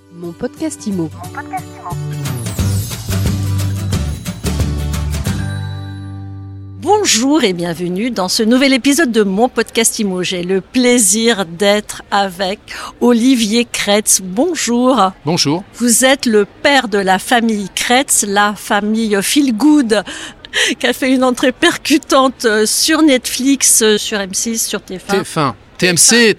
Mon podcast IMO. Bonjour et bienvenue dans ce nouvel épisode de mon podcast IMO. J'ai le plaisir d'être avec Olivier Kretz. Bonjour. Bonjour. Vous êtes le père de la famille Kretz, la famille Feel Good, qui a fait une entrée percutante sur Netflix, sur M6, sur TF1. TMC,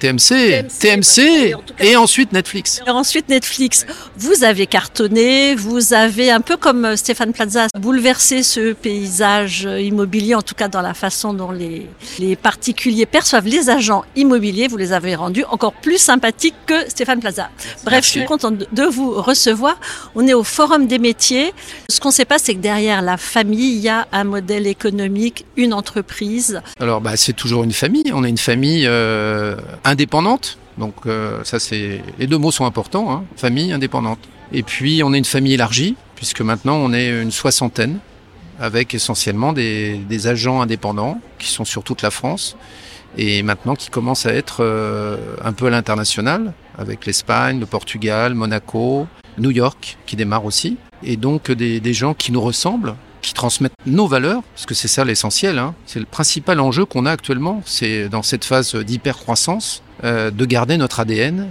et ensuite Netflix. Et ensuite Netflix. Vous avez cartonné, vous avez un peu comme Stéphane Plaza bouleversé ce paysage immobilier, en tout cas dans la façon dont les particuliers perçoivent les agents immobiliers. Vous les avez rendus encore plus sympathiques que Stéphane Plaza. Bref, Merci. je suis contente de vous recevoir. On est au Forum des métiers. Ce qu'on ne sait pas, c'est que derrière la famille, il y a un modèle économique, une entreprise. Alors c'est toujours une famille. On est une famille indépendante. Donc ça c'est les deux mots sont importants, hein. Famille indépendante. Et puis on est une famille élargie puisque maintenant on est une 60aine avec essentiellement des agents indépendants qui sont sur toute la France et maintenant qui commencent à être un peu à l'international avec l'Espagne, le Portugal, Monaco, New York qui démarre aussi et donc des gens qui nous ressemblent, qui transmettent nos valeurs, parce que c'est ça l'essentiel, hein. C'est le principal enjeu qu'on a actuellement, c'est dans cette phase d'hypercroissance, de garder notre ADN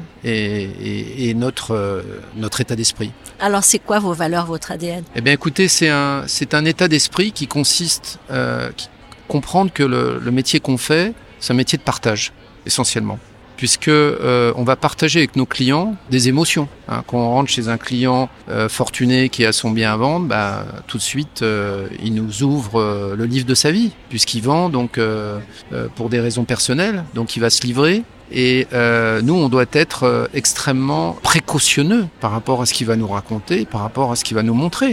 et notre état d'esprit. Alors c'est quoi vos valeurs, votre ADN ? Eh bien écoutez, c'est un état d'esprit qui consiste à comprendre que le métier qu'on fait, c'est un métier de partage, essentiellement. Puisque on va partager avec nos clients des émotions. Hein. Quand on rentre chez un client fortuné qui a son bien à vendre, tout de suite il nous ouvre le livre de sa vie, puisqu'il vend donc pour des raisons personnelles, donc il va se livrer. Et nous, on doit être extrêmement précautionneux par rapport à ce qu'il va nous raconter, par rapport à ce qu'il va nous montrer.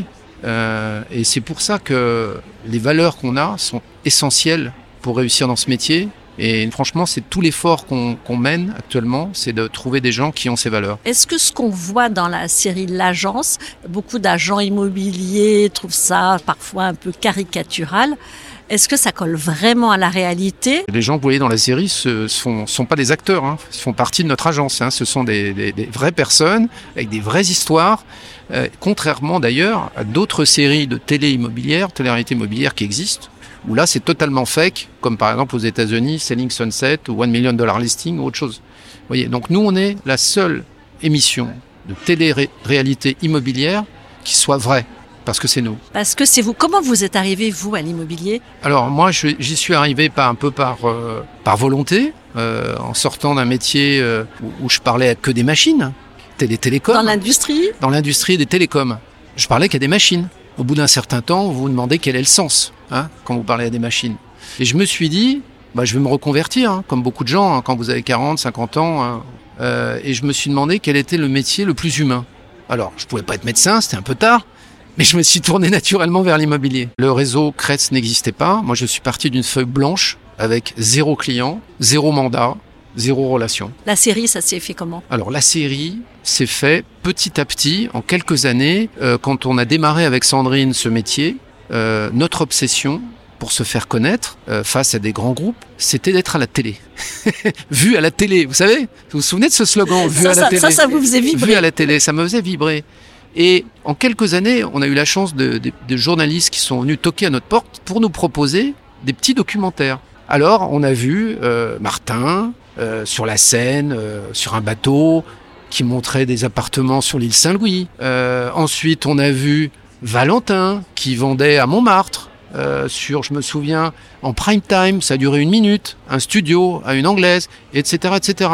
Et c'est pour ça que les valeurs qu'on a sont essentielles pour réussir dans ce métier. Et franchement, c'est tout l'effort qu'on mène actuellement, c'est de trouver des gens qui ont ces valeurs. Est-ce que ce qu'on voit dans la série L'Agence, beaucoup d'agents immobiliers trouvent ça parfois un peu caricatural, est-ce que ça colle vraiment à la réalité ? Les gens que vous voyez dans la série sont pas des acteurs, hein, ils font partie de notre agence. Hein, ce sont des vraies personnes avec des vraies histoires, contrairement d'ailleurs à d'autres séries de télé-réalité immobilière qui existent. Où là, c'est totalement fake, comme par exemple aux États-Unis, Selling Sunset ou $1 Million Listing ou autre chose. Vous voyez, donc nous, on est la seule émission de télé-réalité immobilière qui soit vraie, parce que c'est nous. Parce que c'est vous. Comment vous êtes arrivé, vous, à l'immobilier ? Alors moi, j'y suis arrivé par volonté, en sortant d'un métier où je parlais que des machines, télécoms. Dans l'industrie ? Dans l'industrie des télécoms. Je parlais qu'à des machines. Au bout d'un certain temps, vous vous demandez quel est le sens, hein, quand vous parlez à des machines. Et je me suis dit, je vais me reconvertir, hein, comme beaucoup de gens, hein, quand vous avez 40, 50 ans. Hein, et je me suis demandé quel était le métier le plus humain. Alors, je pouvais pas être médecin, c'était un peu tard, mais je me suis tourné naturellement vers l'immobilier. Le réseau Kretz n'existait pas. Moi, je suis parti d'une feuille blanche avec 0 client, 0 mandat, 0 relation. La série, ça s'est fait comment ? Alors la série s'est fait petit à petit, en quelques années, quand on a démarré avec Sandrine ce métier, notre obsession pour se faire connaître face à des grands groupes, c'était d'être à la télé. Vu à la télé, vous savez ? Vous vous souvenez de ce slogan ? Vu à la télé. Ça vous faisait vibrer. Vu à la télé, ça me faisait vibrer. Et en quelques années, on a eu la chance de journalistes qui sont venus toquer à notre porte pour nous proposer des petits documentaires. Alors, on a vu Martin sur la Seine, sur un bateau, qui montrait des appartements sur l'île Saint-Louis. Ensuite, on a vu Valentin, qui vendait à Montmartre, je me souviens, en prime time, ça a duré 1 minute, un studio à une anglaise, etc., etc.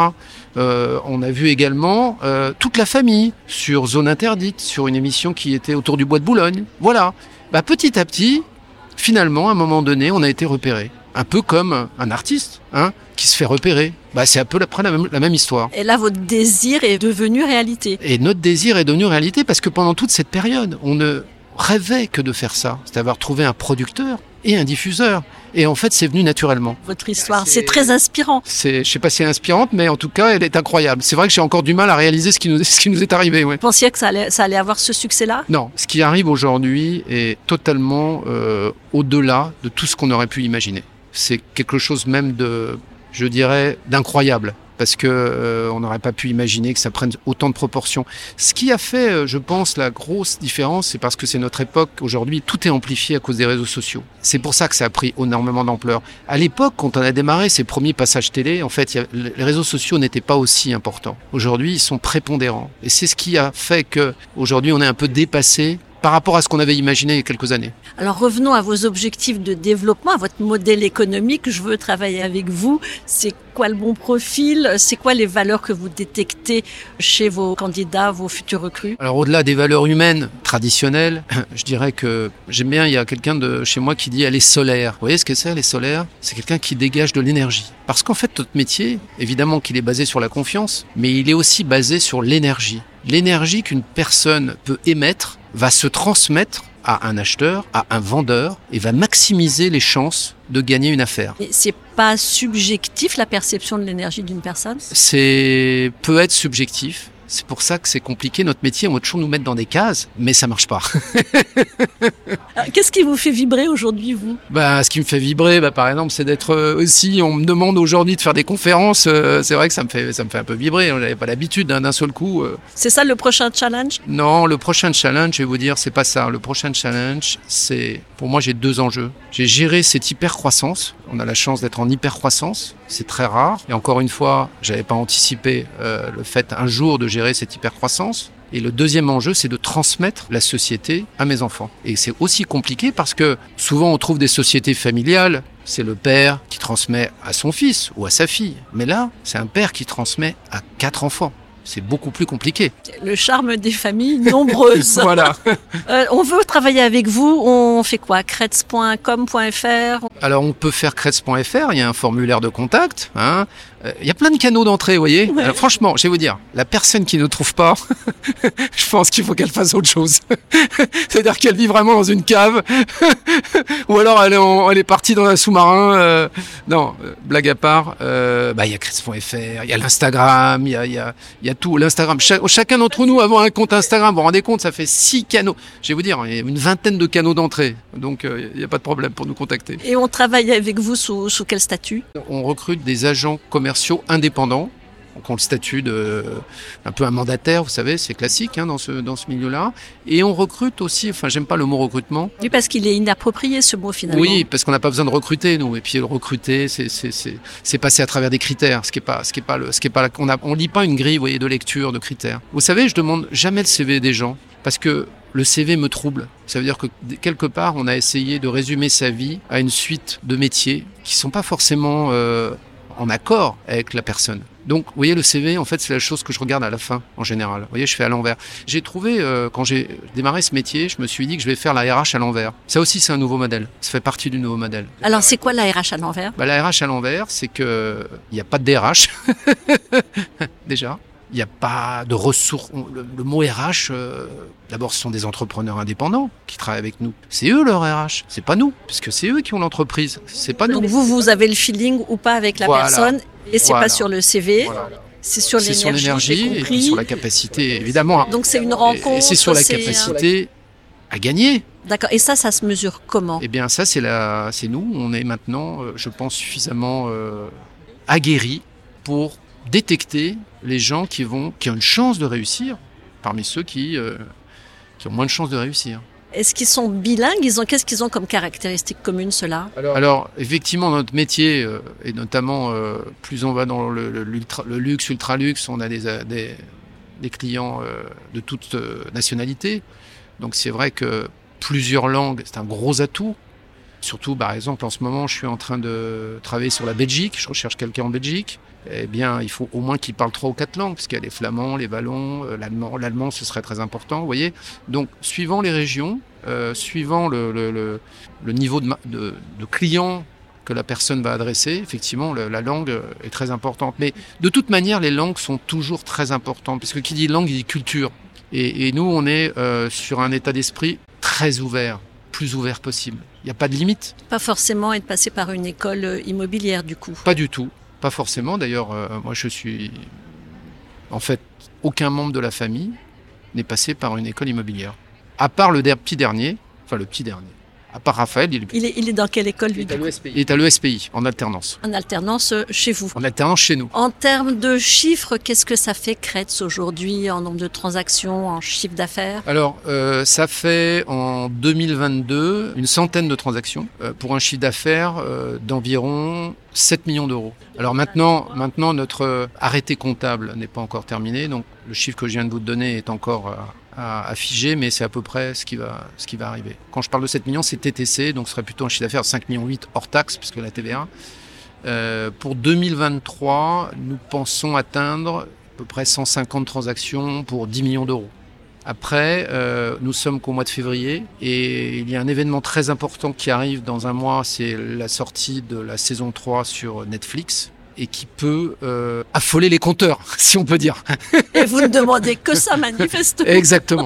On a vu également toute la famille sur Zone Interdite, sur une émission qui était autour du bois de Boulogne. Voilà. Petit à petit, finalement, à un moment donné, on a été repérés. Un peu comme un artiste, hein, qui se fait repérer. C'est un peu la même histoire. Et là, votre désir est devenu réalité. Et notre désir est devenu réalité parce que pendant toute cette période, on ne rêvait que de faire ça. C'est-à-dire trouver un producteur et un diffuseur. Et en fait, c'est venu naturellement. Votre histoire, c'est très inspirant. Je ne sais pas si elle est inspirante, mais en tout cas, elle est incroyable. C'est vrai que j'ai encore du mal à réaliser ce qui nous est arrivé. Ouais. Vous pensiez que ça allait avoir ce succès-là ? Non, ce qui arrive aujourd'hui est totalement au-delà de tout ce qu'on aurait pu imaginer. C'est quelque chose même d'incroyable. parce que on n'aurait pas pu imaginer que ça prenne autant de proportions. Ce qui a fait, je pense, la grosse différence, c'est parce que c'est notre époque. Aujourd'hui, tout est amplifié à cause des réseaux sociaux. C'est pour ça que ça a pris énormément d'ampleur. À l'époque, quand on a démarré ces premiers passages télé, en fait, les réseaux sociaux n'étaient pas aussi importants. Aujourd'hui, ils sont prépondérants. Et c'est ce qui a fait que aujourd'hui, on est un peu dépassé par rapport à ce qu'on avait imaginé il y a quelques années. Alors revenons à vos objectifs de développement, à votre modèle économique. Je veux travailler avec vous. C'est quoi le bon profil? C'est quoi les valeurs que vous détectez chez vos candidats, vos futurs recrues? Alors au-delà des valeurs humaines traditionnelles, je dirais que j'aime bien, il y a quelqu'un de chez moi qui dit elle est solaire. Vous voyez ce que c'est, elle est solaire? C'est quelqu'un qui dégage de l'énergie. Parce qu'en fait, notre métier, évidemment qu'il est basé sur la confiance, mais il est aussi basé sur l'énergie. L'énergie qu'une personne peut émettre va se transmettre à un acheteur, à un vendeur, et va maximiser les chances de gagner une affaire. Et c'est pas subjectif la perception de l'énergie d'une personne? Peut être subjectif. C'est pour ça que c'est compliqué. Notre métier, on va toujours nous mettre dans des cases, mais ça marche pas. Qu'est-ce qui vous fait vibrer aujourd'hui, vous? Ce qui me fait vibrer, par exemple, c'est d'être aussi. On me demande aujourd'hui de faire des conférences. C'est vrai que ça me fait un peu vibrer. On n'avait pas l'habitude d'un seul coup. C'est ça le prochain challenge? Non, le prochain challenge, je vais vous dire, c'est pas ça. Le prochain challenge, c'est pour moi, j'ai 2 enjeux. J'ai géré cette hyper-croissance. On a la chance d'être en hyper-croissance. C'est très rare. Et encore une fois, j'avais pas anticipé le fait un jour de gérer cette hyper-croissance. Et le deuxième enjeu, c'est de transmettre la société à mes enfants. Et c'est aussi compliqué parce que souvent on trouve des sociétés familiales. C'est le père qui transmet à son fils ou à sa fille. Mais là, c'est un père qui transmet à 4 enfants. C'est beaucoup plus compliqué. Le charme des familles nombreuses. Voilà. On veut travailler avec vous. On fait quoi? Kretz.com.fr. Alors, on peut faire Kretz.fr. Il y a un formulaire de contact. Il y a plein de canaux d'entrée, vous voyez. Ouais. Alors, franchement, je vais vous dire, la personne qui ne trouve pas, je pense qu'il faut qu'elle fasse autre chose. C'est-à-dire qu'elle vit vraiment dans une cave, ou alors elle est partie dans un sous-marin. Non, blague à part. Il y a Kretz.fr, il y a l'Instagram, il y a tout. L'Instagram. Chacun d'entre nous avons un compte Instagram. Vous vous rendez compte, ça fait 6 canaux. Je vais vous dire, il y a une vingtaine de canaux d'entrée. Donc, il n'y a pas de problème pour nous contacter. Et on travaille avec vous sous quel statut? On recrute des agents commerciaux indépendants, donc ont le statut un peu un mandataire, vous savez, c'est classique dans ce milieu-là. Et on recrute aussi, j'aime pas le mot recrutement. Oui, parce qu'il est inapproprié ce mot finalement. Oui, parce qu'on n'a pas besoin de recruter nous. Et puis le recruter, c'est passer à travers des critères. On lit pas une grille, vous voyez, de lecture, de critères. Vous savez, je demande jamais le CV des gens parce que le CV me trouble. Ça veut dire que quelque part, on a essayé de résumer sa vie à une suite de métiers qui sont pas forcément en accord avec la personne. Donc, vous voyez, le CV, en fait, c'est la chose que je regarde à la fin, en général. Vous voyez, je fais à l'envers. J'ai trouvé, quand j'ai démarré ce métier, je me suis dit que je vais faire la RH à l'envers. Ça aussi, c'est un nouveau modèle. Ça fait partie du nouveau modèle. Alors, c'est quoi la RH à l'envers? La RH à l'envers, c'est que il n'y a pas de DRH, déjà. Il n'y a pas de ressources. Le mot RH, d'abord, ce sont des entrepreneurs indépendants qui travaillent avec nous. C'est eux leur RH, c'est pas nous, parce que c'est eux qui ont l'entreprise, c'est pas nous. Donc vous avez le feeling ou pas avec la personne, et c'est pas sur le CV. Voilà. C'est sur l'énergie, et sur la capacité, évidemment. Donc c'est une rencontre. Et c'est sur la capacité à gagner. D'accord. Et ça se mesure comment? Eh bien, ça, c'est nous. On est maintenant, je pense, suffisamment aguerris pour détecter les gens qui ont une chance de réussir parmi ceux qui ont moins de chances de réussir. Est-ce qu'ils sont bilingues? Qu'est-ce qu'ils ont comme caractéristiques communes, ceux-là? Alors, effectivement, notre métier, et notamment, plus on va dans le luxe, ultra-luxe, on a des clients de toute nationalité. Donc, c'est vrai que plusieurs langues, c'est un gros atout. Surtout, par exemple, en ce moment, je suis en train de travailler sur la Belgique. Je recherche quelqu'un en Belgique. Eh bien, il faut au moins qu'il parle 3 ou 4 langues, parce qu'il y a les flamands, les wallons, l'allemand, ce serait très important, vous voyez. Donc, suivant les régions, suivant le niveau de client que la personne va adresser, effectivement, la langue est très importante. Mais de toute manière, les langues sont toujours très importantes, parce que qui dit langue, il dit culture. Et nous, on est sur un état d'esprit très ouvert, plus ouvert possible. Il n'y a pas de limite. Pas forcément être passé par une école immobilière, du coup. Pas du tout. Pas forcément. D'ailleurs, moi, je suis... En fait, aucun membre de la famille n'est passé par une école immobilière. À part le petit dernier. À part Raphaël, Il est dans quelle école, lui? Il est à l'ESPI, en alternance. En alternance chez vous. En alternance chez nous. En termes de chiffres, qu'est-ce que ça fait Kretz aujourd'hui en nombre de transactions, en chiffre d'affaires? Alors, ça fait en 2022 une centaine de transactions pour un chiffre d'affaires d'environ 7 millions d'euros. Alors maintenant, notre arrêté comptable n'est pas encore terminé, donc le chiffre que je viens de vous donner est encore à figer, mais c'est à peu près ce qui va arriver. Quand je parle de 7 millions, c'est TTC, donc ce serait plutôt un chiffre d'affaires de 5,8 millions hors taxe, puisque la TVA. Pour 2023, nous pensons atteindre à peu près 150 transactions pour 10 millions d'euros. Après, nous sommes qu'au mois de février et il y a un événement très important qui arrive dans un mois, c'est la sortie de la saison 3 sur Netflix et qui peut affoler les compteurs, si on peut dire. Et vous ne demandez que ça, manifestement. Exactement.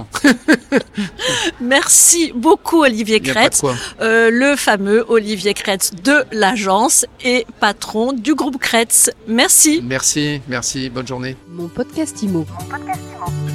Merci beaucoup, Olivier Kretz. Le fameux Olivier Kretz de l'agence et patron du groupe Kretz. Merci. Merci. Bonne journée. Mon podcast IMO.